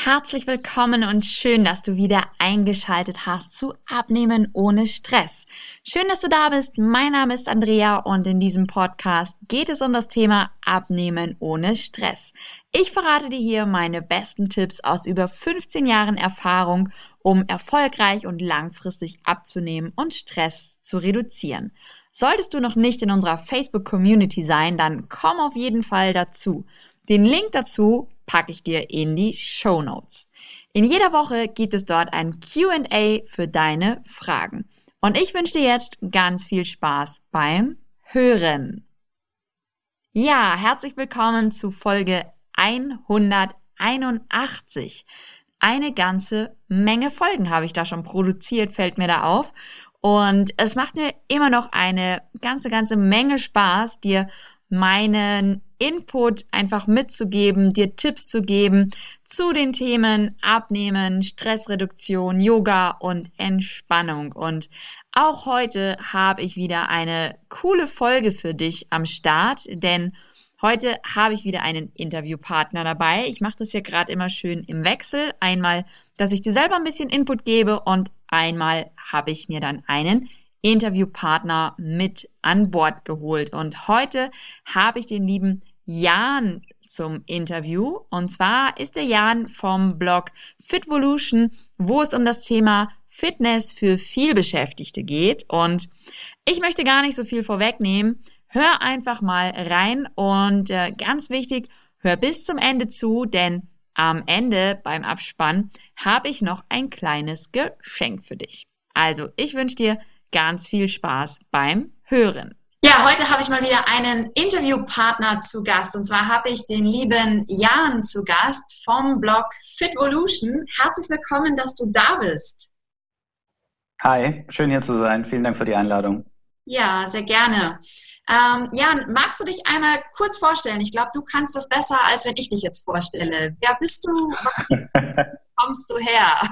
Herzlich willkommen und schön, dass du wieder eingeschaltet hast zu Abnehmen ohne Stress. Schön, dass du da bist. Mein Name ist Andrea und in diesem Podcast geht es um das Thema Abnehmen ohne Stress. Ich verrate dir hier meine besten Tipps aus über 15 Jahren Erfahrung, um erfolgreich und langfristig abzunehmen und Stress zu reduzieren. Solltest du noch nicht in unserer Facebook-Community sein, dann komm auf jeden Fall dazu. Den Link dazu packe ich dir in die Shownotes. In jeder Woche gibt es dort ein Q&A für deine Fragen. Und ich wünsche dir jetzt ganz viel Spaß beim Hören. Ja, herzlich willkommen zu Folge 181. Eine ganze Menge Folgen habe ich da schon produziert, fällt mir da auf. Und es macht mir immer noch eine ganze Menge Spaß, dir meinen Input einfach mitzugeben, dir Tipps zu geben zu den Themen Abnehmen, Stressreduktion, Yoga und Entspannung. Und auch heute habe ich wieder eine coole Folge für dich am Start, denn heute habe ich wieder einen Interviewpartner dabei. Ich mache das ja gerade immer schön im Wechsel. Einmal, dass ich dir selber ein bisschen Input gebe und einmal habe ich mir dann einen Interviewpartner mit an Bord geholt. Und heute habe ich den lieben Jan zum Interview. Und zwar ist der Jan vom Blog Fitvolution, wo es um das Thema Fitness für Vielbeschäftigte geht. Und ich möchte gar nicht so viel vorwegnehmen. Hör einfach mal rein und ganz wichtig, hör bis zum Ende zu, denn am Ende beim Abspann habe ich noch ein kleines Geschenk für dich. Also, ich wünsche dir ganz viel Spaß beim Hören. Ja, heute habe ich mal wieder einen Interviewpartner zu Gast. Und zwar habe ich den lieben Jan zu Gast vom Blog Fitvolution. Herzlich willkommen, dass du da bist. Hi, schön hier zu sein. Vielen Dank für die Einladung. Ja, sehr gerne. Jan, magst du dich einmal kurz vorstellen? Ich glaube, du kannst das besser, als wenn ich dich jetzt vorstelle. Wer bist du? Wo kommst du her?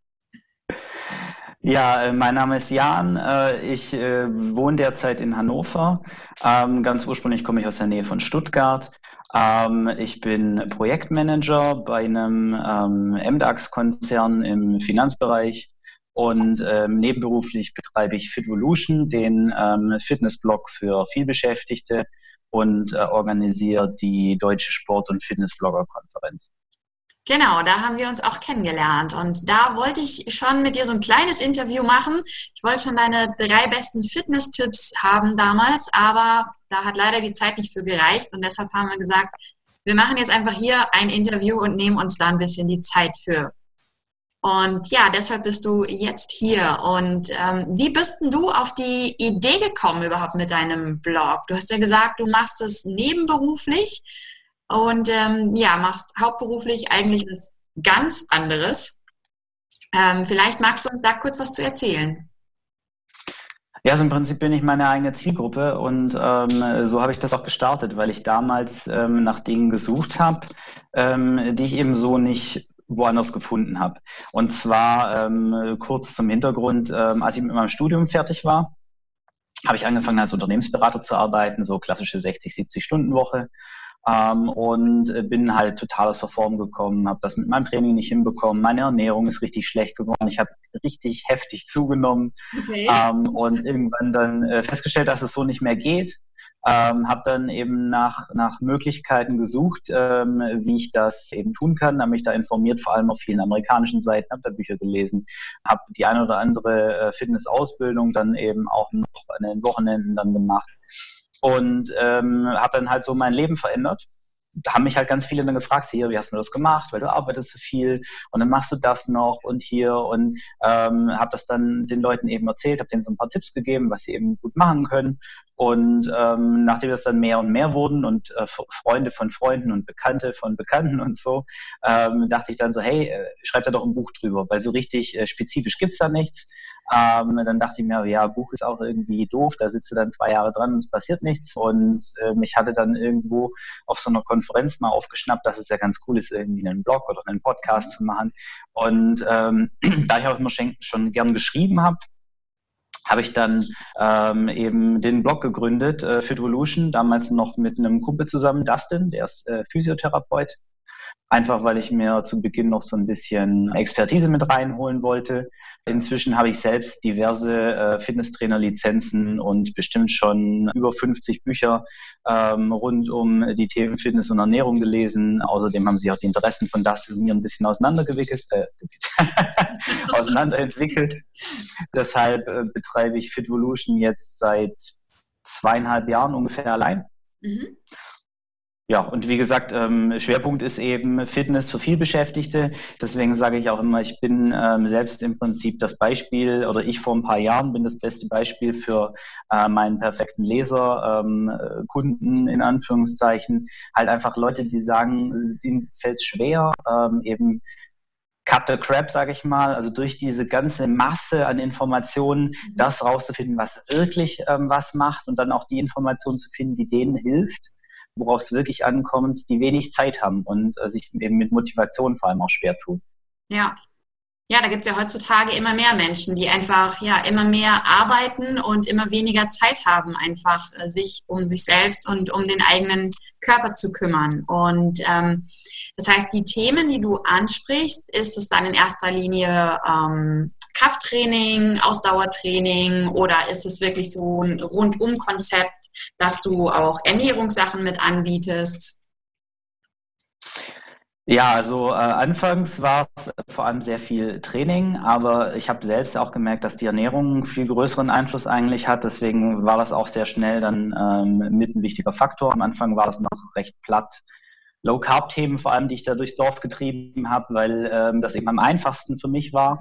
Ja, mein Name ist Jan. Ich wohne derzeit in Hannover. Ganz ursprünglich komme ich aus der Nähe von Stuttgart. Ich bin Projektmanager bei einem MDAX-Konzern im Finanzbereich und nebenberuflich betreibe ich Fitvolution, den Fitnessblog für Vielbeschäftigte und organisiere die Deutsche Sport- und Fitnessblogger-Konferenz. Genau, da haben wir uns auch kennengelernt und da wollte ich schon mit dir so ein kleines Interview machen. Ich wollte schon deine 3 besten Fitness-Tipps haben damals, aber da hat leider die Zeit nicht für gereicht und deshalb haben wir gesagt, wir machen jetzt einfach hier ein Interview und nehmen uns da ein bisschen die Zeit für. Und ja, deshalb bist du jetzt hier. Und wie bist denn du auf die Idee gekommen überhaupt mit deinem Blog? Du hast ja gesagt, du machst es nebenberuflich. Und machst hauptberuflich eigentlich was ganz anderes. Vielleicht magst du uns da kurz was zu erzählen. Ja, also im Prinzip bin ich meine eigene Zielgruppe und so habe ich das auch gestartet, weil ich damals nach Dingen gesucht habe, die ich eben so nicht woanders gefunden habe. Und zwar kurz zum Hintergrund, als ich mit meinem Studium fertig war, habe ich angefangen als Unternehmensberater zu arbeiten, so klassische 60-70-Stunden-Woche. Und bin halt total aus der Form gekommen, habe das mit meinem Training nicht hinbekommen, meine Ernährung ist richtig schlecht geworden, ich habe richtig heftig zugenommen. Okay. Und irgendwann dann festgestellt, dass es so nicht mehr geht. Habe dann eben nach Möglichkeiten gesucht, wie ich das eben tun kann, habe mich da informiert, vor allem auf vielen amerikanischen Seiten, habe da Bücher gelesen, habe die eine oder andere Fitnessausbildung dann eben auch noch an den Wochenenden dann gemacht. Und habe dann halt so mein Leben verändert. Da haben mich halt ganz viele dann gefragt, hier, wie hast du das gemacht, weil du arbeitest so viel und dann machst du das noch und hier und habe das dann den Leuten eben erzählt, habe denen so ein paar Tipps gegeben, was sie eben gut machen können und nachdem das dann mehr und mehr wurden und Freunde von Freunden und Bekannte von Bekannten und so, dachte ich dann so, hey, schreib da doch ein Buch drüber, weil so richtig spezifisch gibt's da nichts. Dann dachte ich mir, ja, Buch ist auch irgendwie doof, da sitzt du dann 2 Jahre dran und es passiert nichts und ich hatte dann irgendwo auf so einer Konferenz mal aufgeschnappt, dass es ja ganz cool ist, irgendwie einen Blog oder einen Podcast zu machen und da ich auch immer schon gern geschrieben habe ich dann eben den Blog gegründet, Fitvolution, damals noch mit einem Kumpel zusammen, Dustin, der ist Physiotherapeut Einfach weil ich mir zu Beginn noch so ein bisschen Expertise mit reinholen wollte. Inzwischen habe ich selbst diverse Fitnesstrainer-Lizenzen und bestimmt schon über 50 Bücher rund um die Themen Fitness und Ernährung gelesen. Außerdem haben sich auch die Interessen von das und mir ein bisschen auseinanderentwickelt. Deshalb betreibe ich Fitvolution jetzt seit 2,5 Jahren ungefähr allein. Mhm. Ja, und wie gesagt, Schwerpunkt ist eben Fitness für vielbeschäftigte. Deswegen sage ich auch immer, ich bin selbst im Prinzip das Beispiel, oder ich vor ein paar Jahren bin das beste Beispiel für meinen perfekten Leser, Kunden in Anführungszeichen. Halt einfach Leute, die sagen, denen fällt es schwer, eben Cut the crap, sage ich mal, also durch diese ganze Masse an Informationen das rauszufinden, was wirklich was macht und dann auch die Informationen zu finden, die denen hilft, worauf es wirklich ankommt, die wenig Zeit haben und sich eben mit Motivation vor allem auch schwer tun. Ja. Ja, da gibt es ja heutzutage immer mehr Menschen, die einfach immer mehr arbeiten und immer weniger Zeit haben, einfach sich um sich selbst und um den eigenen Körper zu kümmern. Und das heißt, die Themen, die du ansprichst, ist es dann in erster Linie Krafttraining, Ausdauertraining oder ist es wirklich so ein Rundum-Konzept, dass du auch Ernährungssachen mit anbietest? Ja, also anfangs war es vor allem sehr viel Training, aber ich habe selbst auch gemerkt, dass die Ernährung einen viel größeren Einfluss eigentlich hat. Deswegen war das auch sehr schnell dann mit ein wichtiger Faktor. Am Anfang war das noch recht platt. Low-Carb-Themen vor allem, die ich da durchs Dorf getrieben habe, weil das eben am einfachsten für mich war.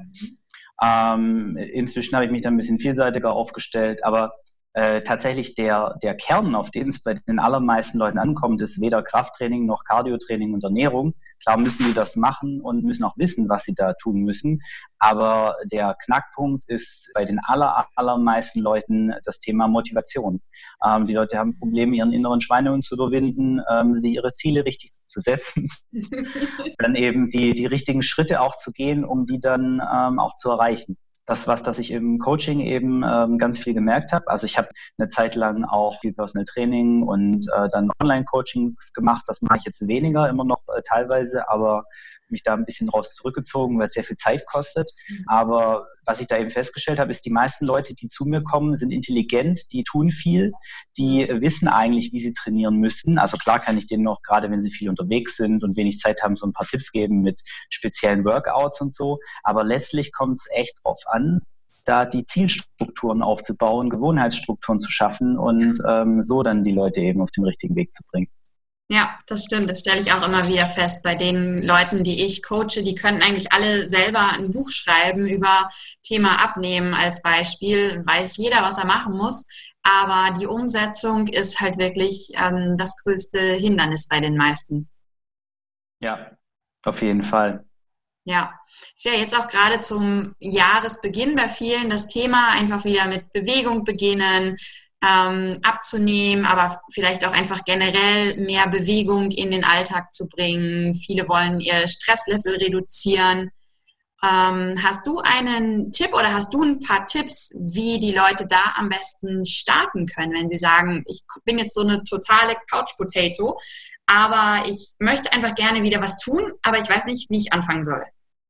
Inzwischen habe ich mich dann ein bisschen vielseitiger aufgestellt, aber tatsächlich der Kern, auf den es bei den allermeisten Leuten ankommt, ist weder Krafttraining noch Cardiotraining und Ernährung. Klar müssen sie das machen und müssen auch wissen, was sie da tun müssen. Aber der Knackpunkt ist bei den allermeisten Leuten das Thema Motivation. Die Leute haben Probleme, ihren inneren Schweinehund zu überwinden, sich ihre Ziele richtig zu setzen, dann eben die richtigen Schritte auch zu gehen, um die dann auch zu erreichen. Das, was ich im Coaching eben ganz viel gemerkt habe. Also ich habe eine Zeit lang auch viel Personal Training und dann Online-Coachings gemacht. Das mache ich jetzt weniger, immer noch teilweise, aber mich da ein bisschen raus zurückgezogen, weil es sehr viel Zeit kostet. Aber was ich da eben festgestellt habe, ist, die meisten Leute, die zu mir kommen, sind intelligent, die tun viel, die wissen eigentlich, wie sie trainieren müssen. Also klar kann ich denen noch, gerade wenn sie viel unterwegs sind und wenig Zeit haben, so ein paar Tipps geben mit speziellen Workouts und so. Aber letztlich kommt es echt drauf an, da die Zielstrukturen aufzubauen, Gewohnheitsstrukturen zu schaffen und so dann die Leute eben auf den richtigen Weg zu bringen. Ja, das stimmt. Das stelle ich auch immer wieder fest bei den Leuten, die ich coache. Die könnten eigentlich alle selber ein Buch schreiben über Thema Abnehmen als Beispiel. Weiß jeder, was er machen muss. Aber die Umsetzung ist halt wirklich das größte Hindernis bei den meisten. Ja, auf jeden Fall. Ja, ist ja jetzt auch gerade zum Jahresbeginn bei vielen das Thema, einfach wieder mit Bewegung beginnen, abzunehmen, aber vielleicht auch einfach generell mehr Bewegung in den Alltag zu bringen. Viele wollen ihr Stresslevel reduzieren. Hast du einen Tipp oder hast du ein paar Tipps, wie die Leute da am besten starten können, wenn sie sagen, ich bin jetzt so eine totale Couch-Potato, aber ich möchte einfach gerne wieder was tun, aber ich weiß nicht, wie ich anfangen soll?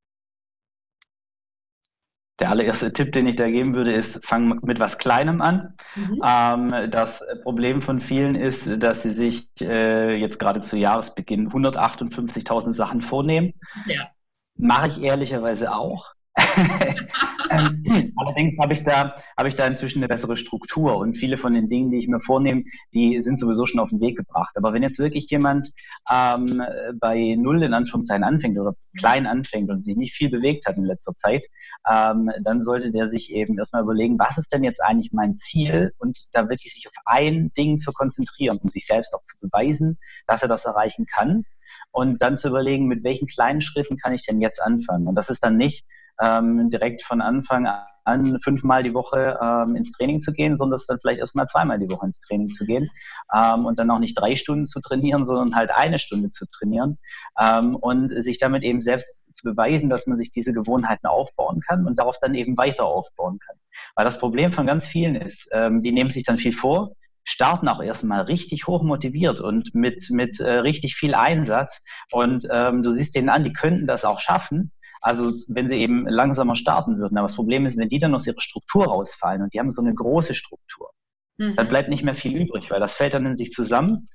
Der allererste Tipp, den ich da geben würde, ist, fang mit was Kleinem an. Das Problem von vielen ist, dass sie sich jetzt gerade zu Jahresbeginn 158.000 Sachen vornehmen. Ja. Mache ich ehrlicherweise auch. Allerdings habe ich da inzwischen eine bessere Struktur und viele von den Dingen, die ich mir vornehme, die sind sowieso schon auf den Weg gebracht. Aber wenn jetzt wirklich jemand bei Null in Anführungszeichen anfängt oder klein anfängt und sich nicht viel bewegt hat in letzter Zeit, dann sollte der sich eben erstmal überlegen, was ist denn jetzt eigentlich mein Ziel und da wirklich sich auf ein Ding zu konzentrieren und sich selbst auch zu beweisen, dass er das erreichen kann. Und dann zu überlegen, mit welchen kleinen Schritten kann ich denn jetzt anfangen? Und das ist dann nicht direkt von Anfang an 5-mal die Woche ins Training zu gehen, sondern es ist dann vielleicht erstmal 2-mal die Woche ins Training zu gehen und dann auch nicht 3 Stunden zu trainieren, sondern halt 1 Stunde zu trainieren und sich damit eben selbst zu beweisen, dass man sich diese Gewohnheiten aufbauen kann und darauf dann eben weiter aufbauen kann. Weil das Problem von ganz vielen ist, die nehmen sich dann viel vor, starten auch erstmal richtig hoch motiviert und mit richtig viel Einsatz. Und du siehst denen an, die könnten das auch schaffen. Also wenn sie eben langsamer starten würden. Aber das Problem ist, wenn die dann aus ihrer Struktur rausfallen und die haben so eine große Struktur, dann bleibt nicht mehr viel übrig, weil das fällt dann in sich zusammen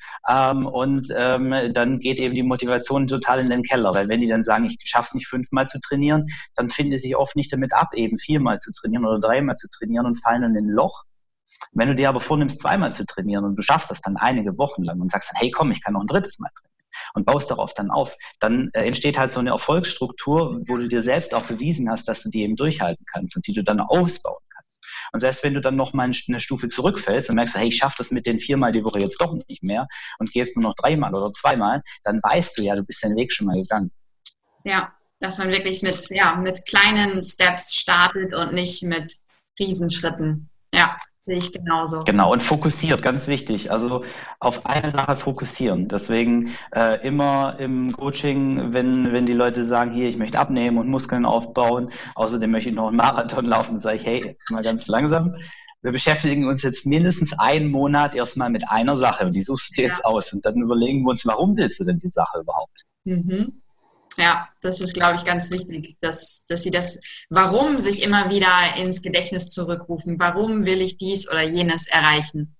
dann geht eben die Motivation total in den Keller, weil wenn die dann sagen, ich schaff's nicht 5-mal zu trainieren, dann finden die sich oft nicht damit ab, eben 4-mal zu trainieren oder 3-mal zu trainieren und fallen dann in ein Loch. Wenn du dir aber vornimmst, 2-mal zu trainieren und du schaffst das dann einige Wochen lang und sagst dann, hey komm, ich kann noch ein 3. Mal trainieren und baust darauf dann auf, dann entsteht halt so eine Erfolgsstruktur, wo du dir selbst auch bewiesen hast, dass du die eben durchhalten kannst und die du dann ausbauen kannst. Und selbst wenn du dann noch mal eine Stufe zurückfällst und merkst, hey, ich schaffe das mit den 4-mal die Woche jetzt doch nicht mehr und gehe jetzt nur noch 3-mal oder 2-mal, dann weißt du ja, du bist den Weg schon mal gegangen. Ja, dass man wirklich mit kleinen Steps startet und nicht mit Riesenschritten. Ja, sehe ich genauso. Genau, und fokussiert, ganz wichtig. Also auf eine Sache fokussieren. Deswegen immer im Coaching, wenn die Leute sagen, hier, ich möchte abnehmen und Muskeln aufbauen, außerdem möchte ich noch einen Marathon laufen, dann sage ich, hey, mal ganz langsam. Wir beschäftigen uns jetzt mindestens einen Monat erstmal mit einer Sache und die suchst du dir jetzt aus. Und dann überlegen wir uns, warum willst du denn die Sache überhaupt? Mhm. Ja, das ist, glaube ich, ganz wichtig, dass sie das Warum sich immer wieder ins Gedächtnis zurückrufen. Warum will ich dies oder jenes erreichen?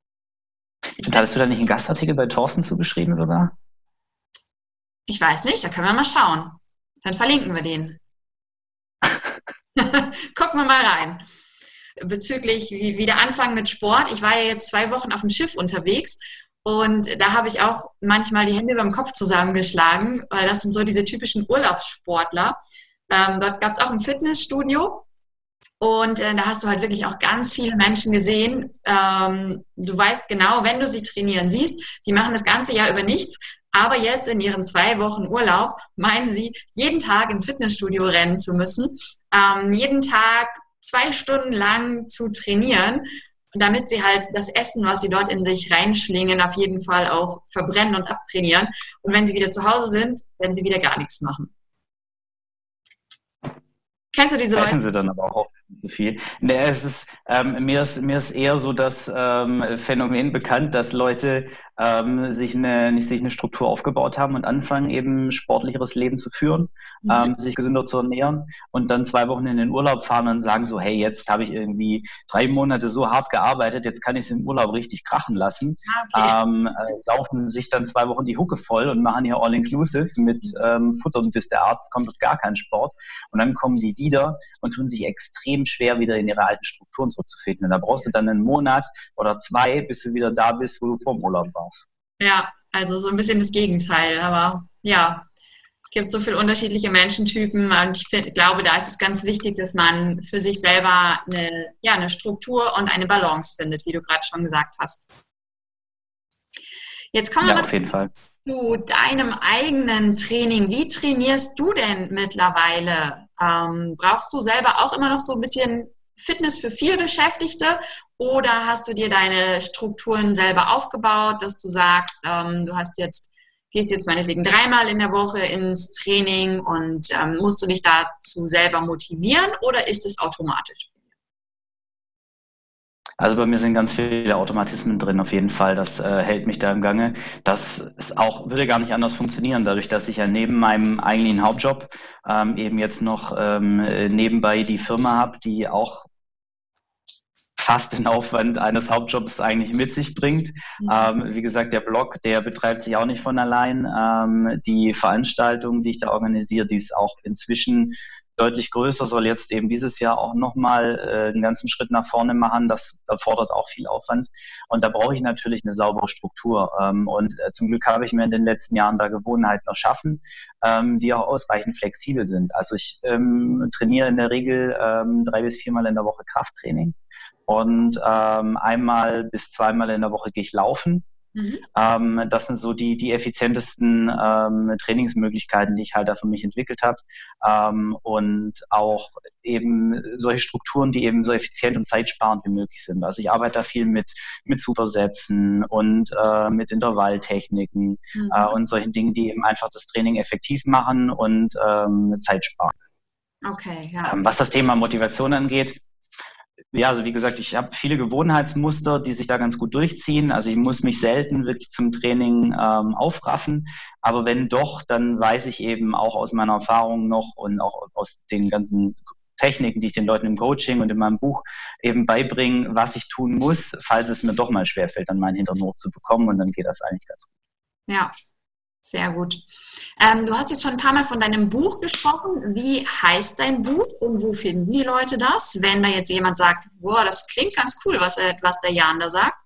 Und hattest du da nicht einen Gastartikel bei Thorsten zugeschrieben sogar? Ich weiß nicht, da können wir mal schauen. Dann verlinken wir den. Gucken wir mal rein. Bezüglich wie der Anfang mit Sport. Ich war ja jetzt 2 Wochen auf dem Schiff unterwegs und da habe ich auch manchmal die Hände beim Kopf zusammengeschlagen, weil das sind so diese typischen Urlaubssportler. Dort gab es auch ein Fitnessstudio und da hast du halt wirklich auch ganz viele Menschen gesehen. Du weißt genau, wenn du sie trainieren siehst, die machen das ganze Jahr über nichts, aber jetzt in ihren 2 Wochen Urlaub meinen sie, jeden Tag ins Fitnessstudio rennen zu müssen, jeden Tag 2 Stunden lang zu trainieren, damit sie halt das Essen, was sie dort in sich reinschlingen, auf jeden Fall auch verbrennen und abtrainieren. Und wenn sie wieder zu Hause sind, werden sie wieder gar nichts machen. Kennst du diese Leute? Essen sie dann aber auch nicht so viel. Nee, es ist, mir ist eher so das Phänomen bekannt, dass Leute sich eine Struktur aufgebaut haben und anfangen, eben sportlicheres Leben zu führen, sich gesünder zu ernähren und dann 2 Wochen in den Urlaub fahren und sagen so, hey, jetzt habe ich irgendwie 3 Monate so hart gearbeitet, jetzt kann ich es im Urlaub richtig krachen lassen. Okay. Laufen sich dann 2 Wochen die Hucke voll und machen hier All-Inclusive mit Futtern, bis der Arzt kommt und gar keinen Sport. Und dann kommen die wieder und tun sich extrem schwer, wieder in ihre alten Strukturen zurückzufinden. Und da brauchst du dann einen Monat oder 2, bis du wieder da bist, wo du vor dem Urlaub warst. Ja, also so ein bisschen das Gegenteil. Aber ja, es gibt so viele unterschiedliche Menschentypen und ich glaube, da ist es ganz wichtig, dass man für sich selber eine Struktur und eine Balance findet, wie du gerade schon gesagt hast. Jetzt kommen wir mal auf jeden Fall zu deinem eigenen Training. Wie trainierst du denn mittlerweile? Brauchst du selber auch immer noch so ein bisschen Fitness für viel Beschäftigte oder hast du dir deine Strukturen selber aufgebaut, dass du sagst, gehst jetzt meinetwegen 3-mal in der Woche ins Training und musst du dich dazu selber motivieren oder ist es automatisch? Also bei mir sind ganz viele Automatismen drin, auf jeden Fall. Das hält mich da im Gange. Das ist auch, würde gar nicht anders funktionieren, dadurch, dass ich ja neben meinem eigentlichen Hauptjob eben jetzt noch nebenbei die Firma habe, die auch fast den Aufwand eines Hauptjobs eigentlich mit sich bringt. Wie gesagt, der Blog, der betreibt sich auch nicht von allein. Die Veranstaltung, die ich da organisiere, die ist auch inzwischen deutlich größer, soll jetzt eben dieses Jahr auch nochmal einen ganzen Schritt nach vorne machen. Das erfordert auch viel Aufwand. Und da brauche ich natürlich eine saubere Struktur. Und zum Glück habe ich mir in den letzten Jahren da Gewohnheiten erschaffen, die auch ausreichend flexibel sind. Also ich trainiere in der Regel 3 bis 4-mal in der Woche Krafttraining. Und 1-mal bis 2-mal in der Woche gehe ich laufen. Das sind so die effizientesten Trainingsmöglichkeiten, die ich halt da für mich entwickelt habe. Und auch eben solche Strukturen, die eben so effizient und zeitsparend wie möglich sind. Also ich arbeite da viel mit Supersätzen und mit Intervalltechniken und solchen Dingen, die eben einfach das Training effektiv machen und Zeit sparen. Okay, ja. Was das Thema Motivation angeht, Ja, also wie gesagt, ich habe viele Gewohnheitsmuster, die sich da ganz gut durchziehen. Also ich muss mich selten wirklich zum Training aufraffen. Aber wenn doch, dann weiß ich eben auch aus meiner Erfahrung noch und auch aus den ganzen Techniken, die ich den Leuten im Coaching und in meinem Buch eben beibringe, was ich tun muss, falls es mir doch mal schwerfällt, dann meinen Hintern hochzubekommen. Und dann geht das eigentlich ganz gut. Ja, sehr gut. Du hast jetzt schon ein paar Mal von deinem Buch gesprochen. Wie heißt dein Buch und wo finden die Leute das? Wenn da jetzt jemand sagt, boah, das klingt ganz cool, was der Jan da sagt.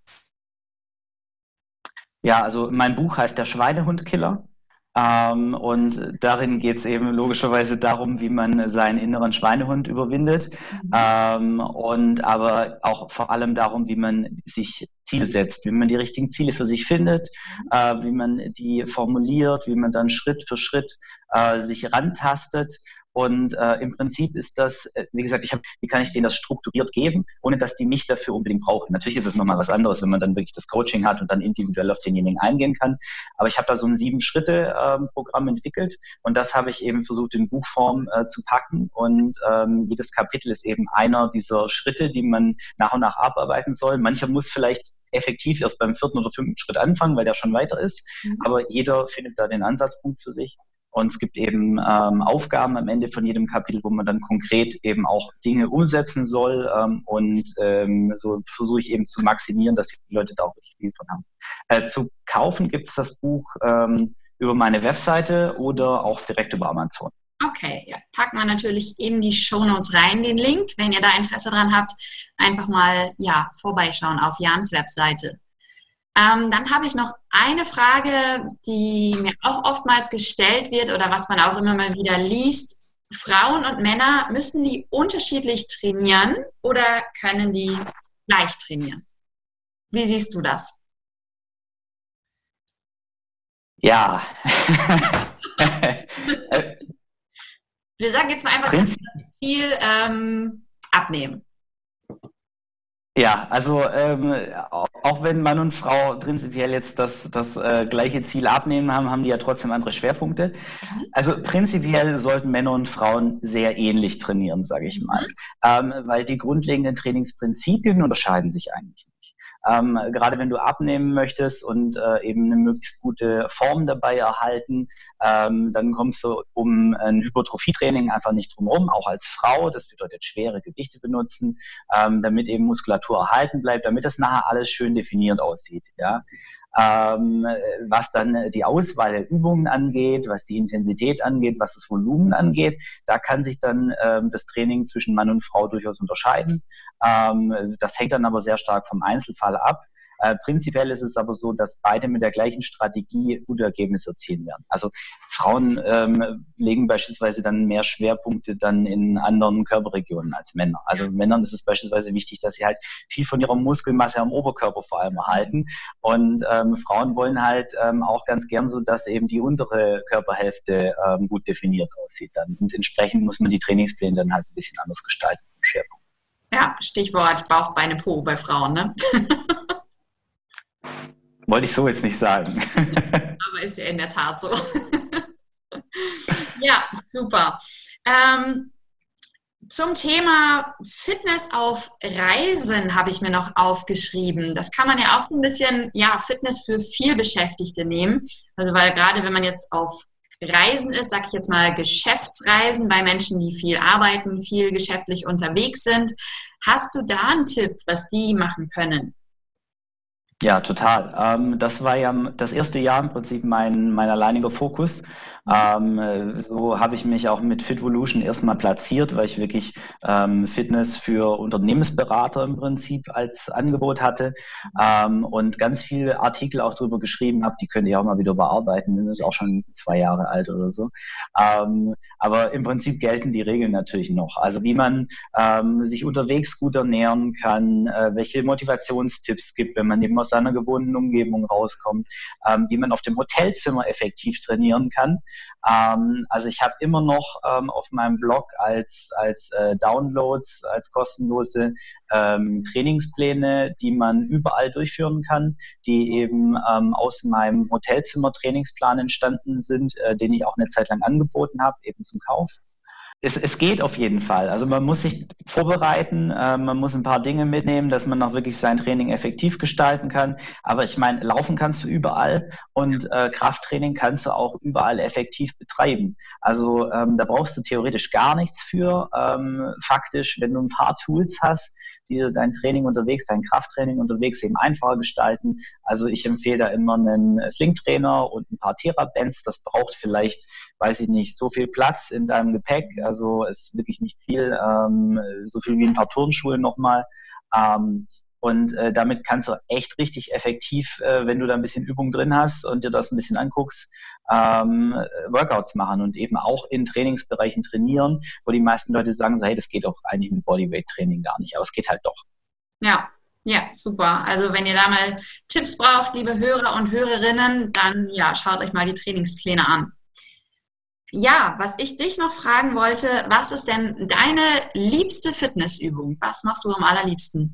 Ja, also mein Buch heißt Der Schweinehundkiller. Und darin geht es eben logischerweise darum, wie man seinen inneren Schweinehund überwindet. Mhm. Und aber auch vor allem darum, wie man sich Ziele setzt, wie man die richtigen Ziele für sich findet, wie man die formuliert, wie man dann Schritt für Schritt sich rantastet. Und im Prinzip ist das, wie gesagt, wie kann ich denen das strukturiert geben, ohne dass die mich dafür unbedingt brauchen. Natürlich ist es nochmal was anderes, wenn man dann wirklich das Coaching hat und dann individuell auf denjenigen eingehen kann. Aber ich habe da so ein 7-Schritte-Programm entwickelt und das habe ich eben versucht in Buchform zu packen. Und jedes Kapitel ist eben einer dieser Schritte, die man nach und nach abarbeiten soll. Mancher muss vielleicht effektiv erst beim 4. oder 5. Schritt anfangen, weil der schon weiter ist. Mhm. Aber jeder findet da den Ansatzpunkt für sich. Und es gibt eben Aufgaben am Ende von jedem Kapitel, wo man dann konkret eben auch Dinge umsetzen soll. So versuche ich eben zu maximieren, dass die Leute da auch wirklich viel von haben. Zu kaufen gibt es das Buch über meine Webseite oder auch direkt über Amazon. Okay, ja, packen wir natürlich in die Shownotes rein, den Link. Wenn ihr da Interesse dran habt, einfach mal ja, vorbeischauen auf Jans Webseite. Dann habe ich noch eine Frage, die mir auch oftmals gestellt wird oder was man auch immer mal wieder liest. Frauen und Männer, müssen die unterschiedlich trainieren oder können die gleich trainieren? Wie siehst du das? Ja, Wir sagen jetzt mal einfach Prinz das Ziel abnehmen. Ja, also auch wenn Mann und Frau prinzipiell jetzt das gleiche Ziel abnehmen haben, haben die ja trotzdem andere Schwerpunkte. Mhm. Also prinzipiell sollten Männer und Frauen sehr ähnlich trainieren, sage ich mal, Mhm. weil die grundlegenden Trainingsprinzipien unterscheiden sich eigentlich nicht. Gerade wenn du abnehmen möchtest und eben eine möglichst gute Form dabei erhalten, dann kommst du um ein Hypertrophietraining einfach nicht drum herum, auch als Frau. Das bedeutet schwere Gewichte benutzen, damit eben Muskulatur erhalten bleibt, damit das nachher alles schön definiert aussieht. Ja? Ähm, Was dann die Auswahl der Übungen angeht, was die Intensität angeht, was das Volumen angeht, da kann sich dann das Training zwischen Mann und Frau durchaus unterscheiden. Das hängt dann aber sehr stark vom Einzelfall ab. Prinzipiell ist es aber so, dass beide mit der gleichen Strategie gute Ergebnisse erzielen werden. Also Frauen legen beispielsweise dann mehr Schwerpunkte dann in anderen Körperregionen als Männer. Also Männern ist es beispielsweise wichtig, dass sie halt viel von ihrer Muskelmasse am Oberkörper vor allem erhalten. Und Frauen wollen halt auch ganz gern so, dass eben die untere Körperhälfte gut definiert aussieht dann. Und entsprechend muss man die Trainingspläne dann halt ein bisschen anders gestalten. Ja, Stichwort Bauch, Beine, Po bei Frauen, ne? Wollte ich so jetzt nicht sagen. Aber ist ja in der Tat so. Ja, super. Ähm, Zum Thema Fitness auf Reisen habe ich mir noch aufgeschrieben. Das kann man ja auch so ein bisschen, ja, Fitness für vielbeschäftigte nehmen. Also weil gerade wenn man jetzt auf Reisen ist, sage ich jetzt mal Geschäftsreisen bei Menschen, die viel arbeiten, viel geschäftlich unterwegs sind. Hast du da einen Tipp, was die machen können? Ja, total. Das war ja das erste Jahr im Prinzip mein alleiniger Fokus. So habe ich mich auch mit Fitvolution erstmal platziert, weil ich wirklich Fitness für Unternehmensberater im Prinzip als Angebot hatte und ganz viele Artikel auch darüber geschrieben habe. Die könnt ihr auch mal wieder bearbeiten. Das ist auch schon 2 Jahre alt oder so. Aber im Prinzip gelten die Regeln natürlich noch. Also wie man sich unterwegs gut ernähren kann, welche Motivationstipps gibt, wenn man eben aus seiner gewohnten Umgebung rauskommt, wie man auf dem Hotelzimmer effektiv trainieren kann. Also ich habe immer noch auf meinem Blog als Downloads, als kostenlose Trainingspläne, die man überall durchführen kann, die eben aus meinem Hotelzimmer Trainingsplan entstanden sind, den ich auch eine Zeit lang angeboten habe, eben zum Kauf. Es geht auf jeden Fall. Also man muss sich vorbereiten, man muss ein paar Dinge mitnehmen, dass man auch wirklich sein Training effektiv gestalten kann. Aber ich meine, laufen kannst du überall und Krafttraining kannst du auch überall effektiv betreiben. Also da brauchst du theoretisch gar nichts für. Faktisch, wenn du ein paar Tools hast, die dein Training unterwegs, dein Krafttraining unterwegs eben einfacher gestalten. Also ich empfehle da immer einen Sling-Trainer und ein paar Therabands. Das braucht vielleicht, weiß ich nicht, so viel Platz in deinem Gepäck. Also es ist wirklich nicht viel, so viel wie ein paar Turnschuhe nochmal. Und damit kannst du echt richtig effektiv, wenn du da ein bisschen Übung drin hast und dir das ein bisschen anguckst, Workouts machen und eben auch in Trainingsbereichen trainieren, wo die meisten Leute sagen so, hey, das geht doch eigentlich mit Bodyweight-Training gar nicht, aber es geht halt doch. Ja, ja, super. Also wenn ihr da mal Tipps braucht, liebe Hörer und Hörerinnen, dann ja, schaut euch mal die Trainingspläne an. Ja, was ich dich noch fragen wollte, was ist denn deine liebste Fitnessübung? Was machst du am allerliebsten?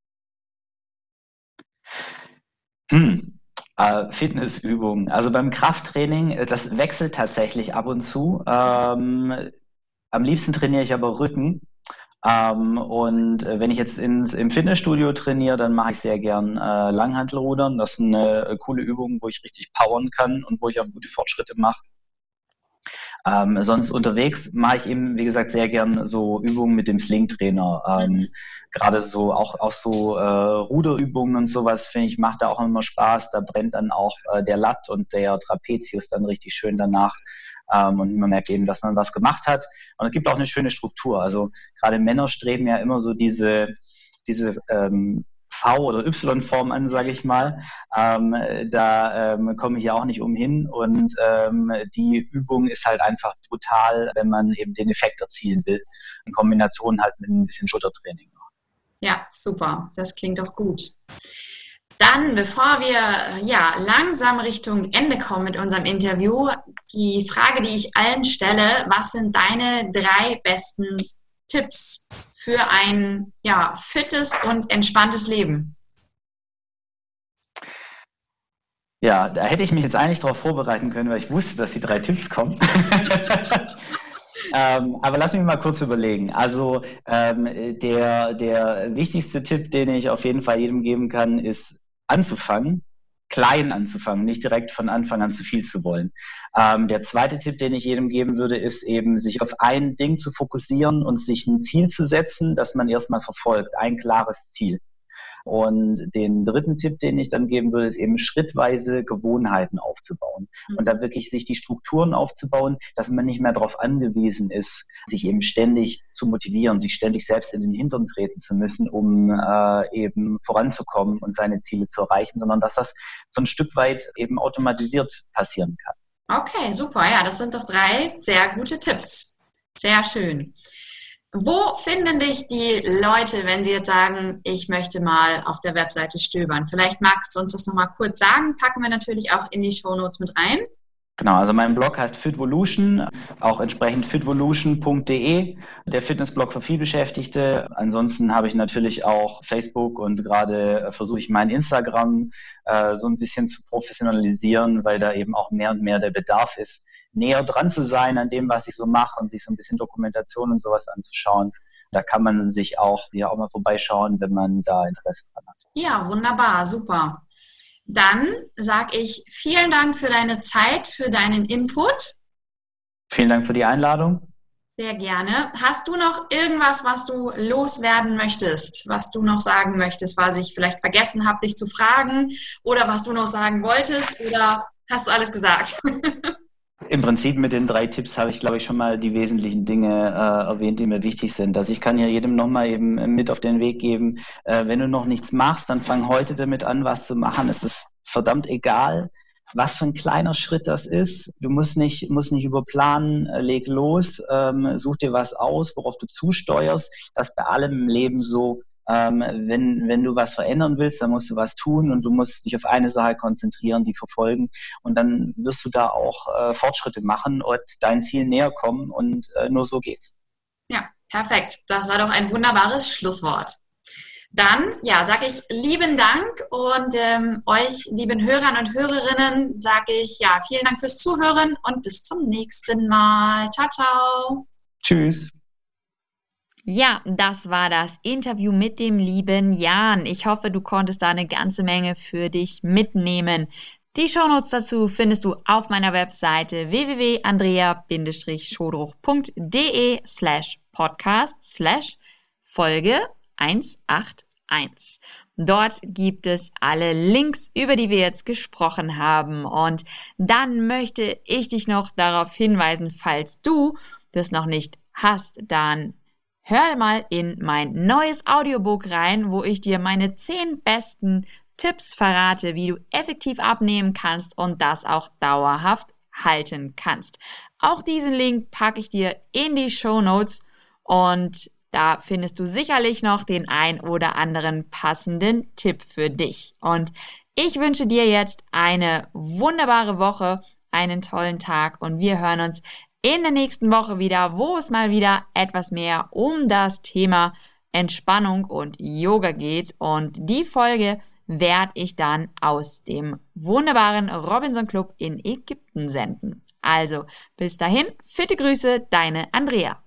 Fitnessübungen. Also beim Krafttraining, das wechselt tatsächlich ab und zu. Am liebsten trainiere ich aber Rücken. Und wenn ich jetzt im Fitnessstudio trainiere, dann mache ich sehr gern Langhantelrudern. Das ist eine coole Übung, wo ich richtig powern kann und wo ich auch gute Fortschritte mache. Sonst unterwegs mache ich eben, wie gesagt, sehr gern so Übungen mit dem Sling-Trainer. Gerade so auch so Ruderübungen und sowas, finde ich, macht da auch immer Spaß. Da brennt dann auch der Lat und der Trapezius dann richtig schön danach. Und man merkt eben, dass man was gemacht hat. Und es gibt auch eine schöne Struktur. Also gerade Männer streben ja immer so diese V- oder Y-Form an, sage ich mal. Da komme ich ja auch nicht umhin. Und die Übung ist halt einfach brutal, wenn man eben den Effekt erzielen will. In Kombination halt mit ein bisschen Schultertraining. Ja, super. Das klingt doch gut. Dann, bevor wir ja langsam Richtung Ende kommen mit unserem Interview, die Frage, die ich allen stelle: Was sind deine 3 besten Tipps für ein ja, fittes und entspanntes Leben? Ja, da hätte ich mich jetzt eigentlich darauf vorbereiten können, weil ich wusste, dass die 3 Tipps kommen. Aber lass mich mal kurz überlegen. Also der wichtigste Tipp, den ich auf jeden Fall jedem geben kann, ist anzufangen, klein anzufangen, nicht direkt von Anfang an zu viel zu wollen. Der zweite Tipp, den ich jedem geben würde, ist eben, sich auf ein Ding zu fokussieren und sich ein Ziel zu setzen, das man erstmal verfolgt, ein klares Ziel. Und den dritten Tipp, den ich dann geben würde, ist eben schrittweise Gewohnheiten aufzubauen und da wirklich sich die Strukturen aufzubauen, dass man nicht mehr darauf angewiesen ist, sich eben ständig zu motivieren, sich ständig selbst in den Hintern treten zu müssen, um eben voranzukommen und seine Ziele zu erreichen, sondern dass das so ein Stück weit eben automatisiert passieren kann. Okay, super. Ja, das sind doch 3 sehr gute Tipps. Sehr schön. Wo finden dich die Leute, wenn sie jetzt sagen, ich möchte mal auf der Webseite stöbern? Vielleicht magst du uns das nochmal kurz sagen. Packen wir natürlich auch in die Shownotes mit rein. Genau, also mein Blog heißt Fitvolution, auch entsprechend fitvolution.de, der Fitnessblog für vielbeschäftigte. Ansonsten habe ich natürlich auch Facebook und gerade versuche ich mein Instagram so ein bisschen zu professionalisieren, weil da eben auch mehr und mehr der Bedarf ist, näher dran zu sein an dem, was ich so mache und sich so ein bisschen Dokumentation und sowas anzuschauen. Da kann man sich auch hier auch mal vorbeischauen, wenn man da Interesse dran hat. Ja, wunderbar, super. Dann sage ich vielen Dank für deine Zeit, für deinen Input. Vielen Dank für die Einladung. Sehr gerne. Hast du noch irgendwas, was du loswerden möchtest, was du noch sagen möchtest, was ich vielleicht vergessen habe, dich zu fragen oder was du noch sagen wolltest, oder hast du alles gesagt? Im Prinzip mit den 3 Tipps habe ich, glaube ich, schon mal die wesentlichen Dinge erwähnt, die mir wichtig sind. Also ich kann ja jedem nochmal eben mit auf den Weg geben, wenn du noch nichts machst, dann fang heute damit an, was zu machen. Es ist verdammt egal, was für ein kleiner Schritt das ist. Du musst nicht überplanen, leg los, such dir was aus, worauf du zusteuerst. Das ist bei allem im Leben so. Wenn du was verändern willst, dann musst du was tun und du musst dich auf eine Sache konzentrieren, die verfolgen, und dann wirst du da auch Fortschritte machen und dein Ziel näher kommen, und nur so geht's. Ja, perfekt. Das war doch ein wunderbares Schlusswort. Dann, ja, sage ich lieben Dank und euch, lieben Hörern und Hörerinnen, sage ich ja, vielen Dank fürs Zuhören und bis zum nächsten Mal. Ciao, ciao. Tschüss. Ja, das war das Interview mit dem lieben Jan. Ich hoffe, du konntest da eine ganze Menge für dich mitnehmen. Die Shownotes dazu findest du auf meiner Webseite www.andrea-schodruch.de/podcast/Folge 181. Dort gibt es alle Links, über die wir jetzt gesprochen haben. Und dann möchte ich dich noch darauf hinweisen, falls du das noch nicht hast, dann hör mal in mein neues Audiobook rein, wo ich dir meine 10 besten Tipps verrate, wie du effektiv abnehmen kannst und das auch dauerhaft halten kannst. Auch diesen Link packe ich dir in die Shownotes und da findest du sicherlich noch den ein oder anderen passenden Tipp für dich. Und ich wünsche dir jetzt eine wunderbare Woche, einen tollen Tag und wir hören uns in der nächsten Woche wieder, wo es mal wieder etwas mehr um das Thema Entspannung und Yoga geht. Und die Folge werde ich dann aus dem wunderbaren Robinson Club in Ägypten senden. Also, bis dahin, fitte Grüße, deine Andrea.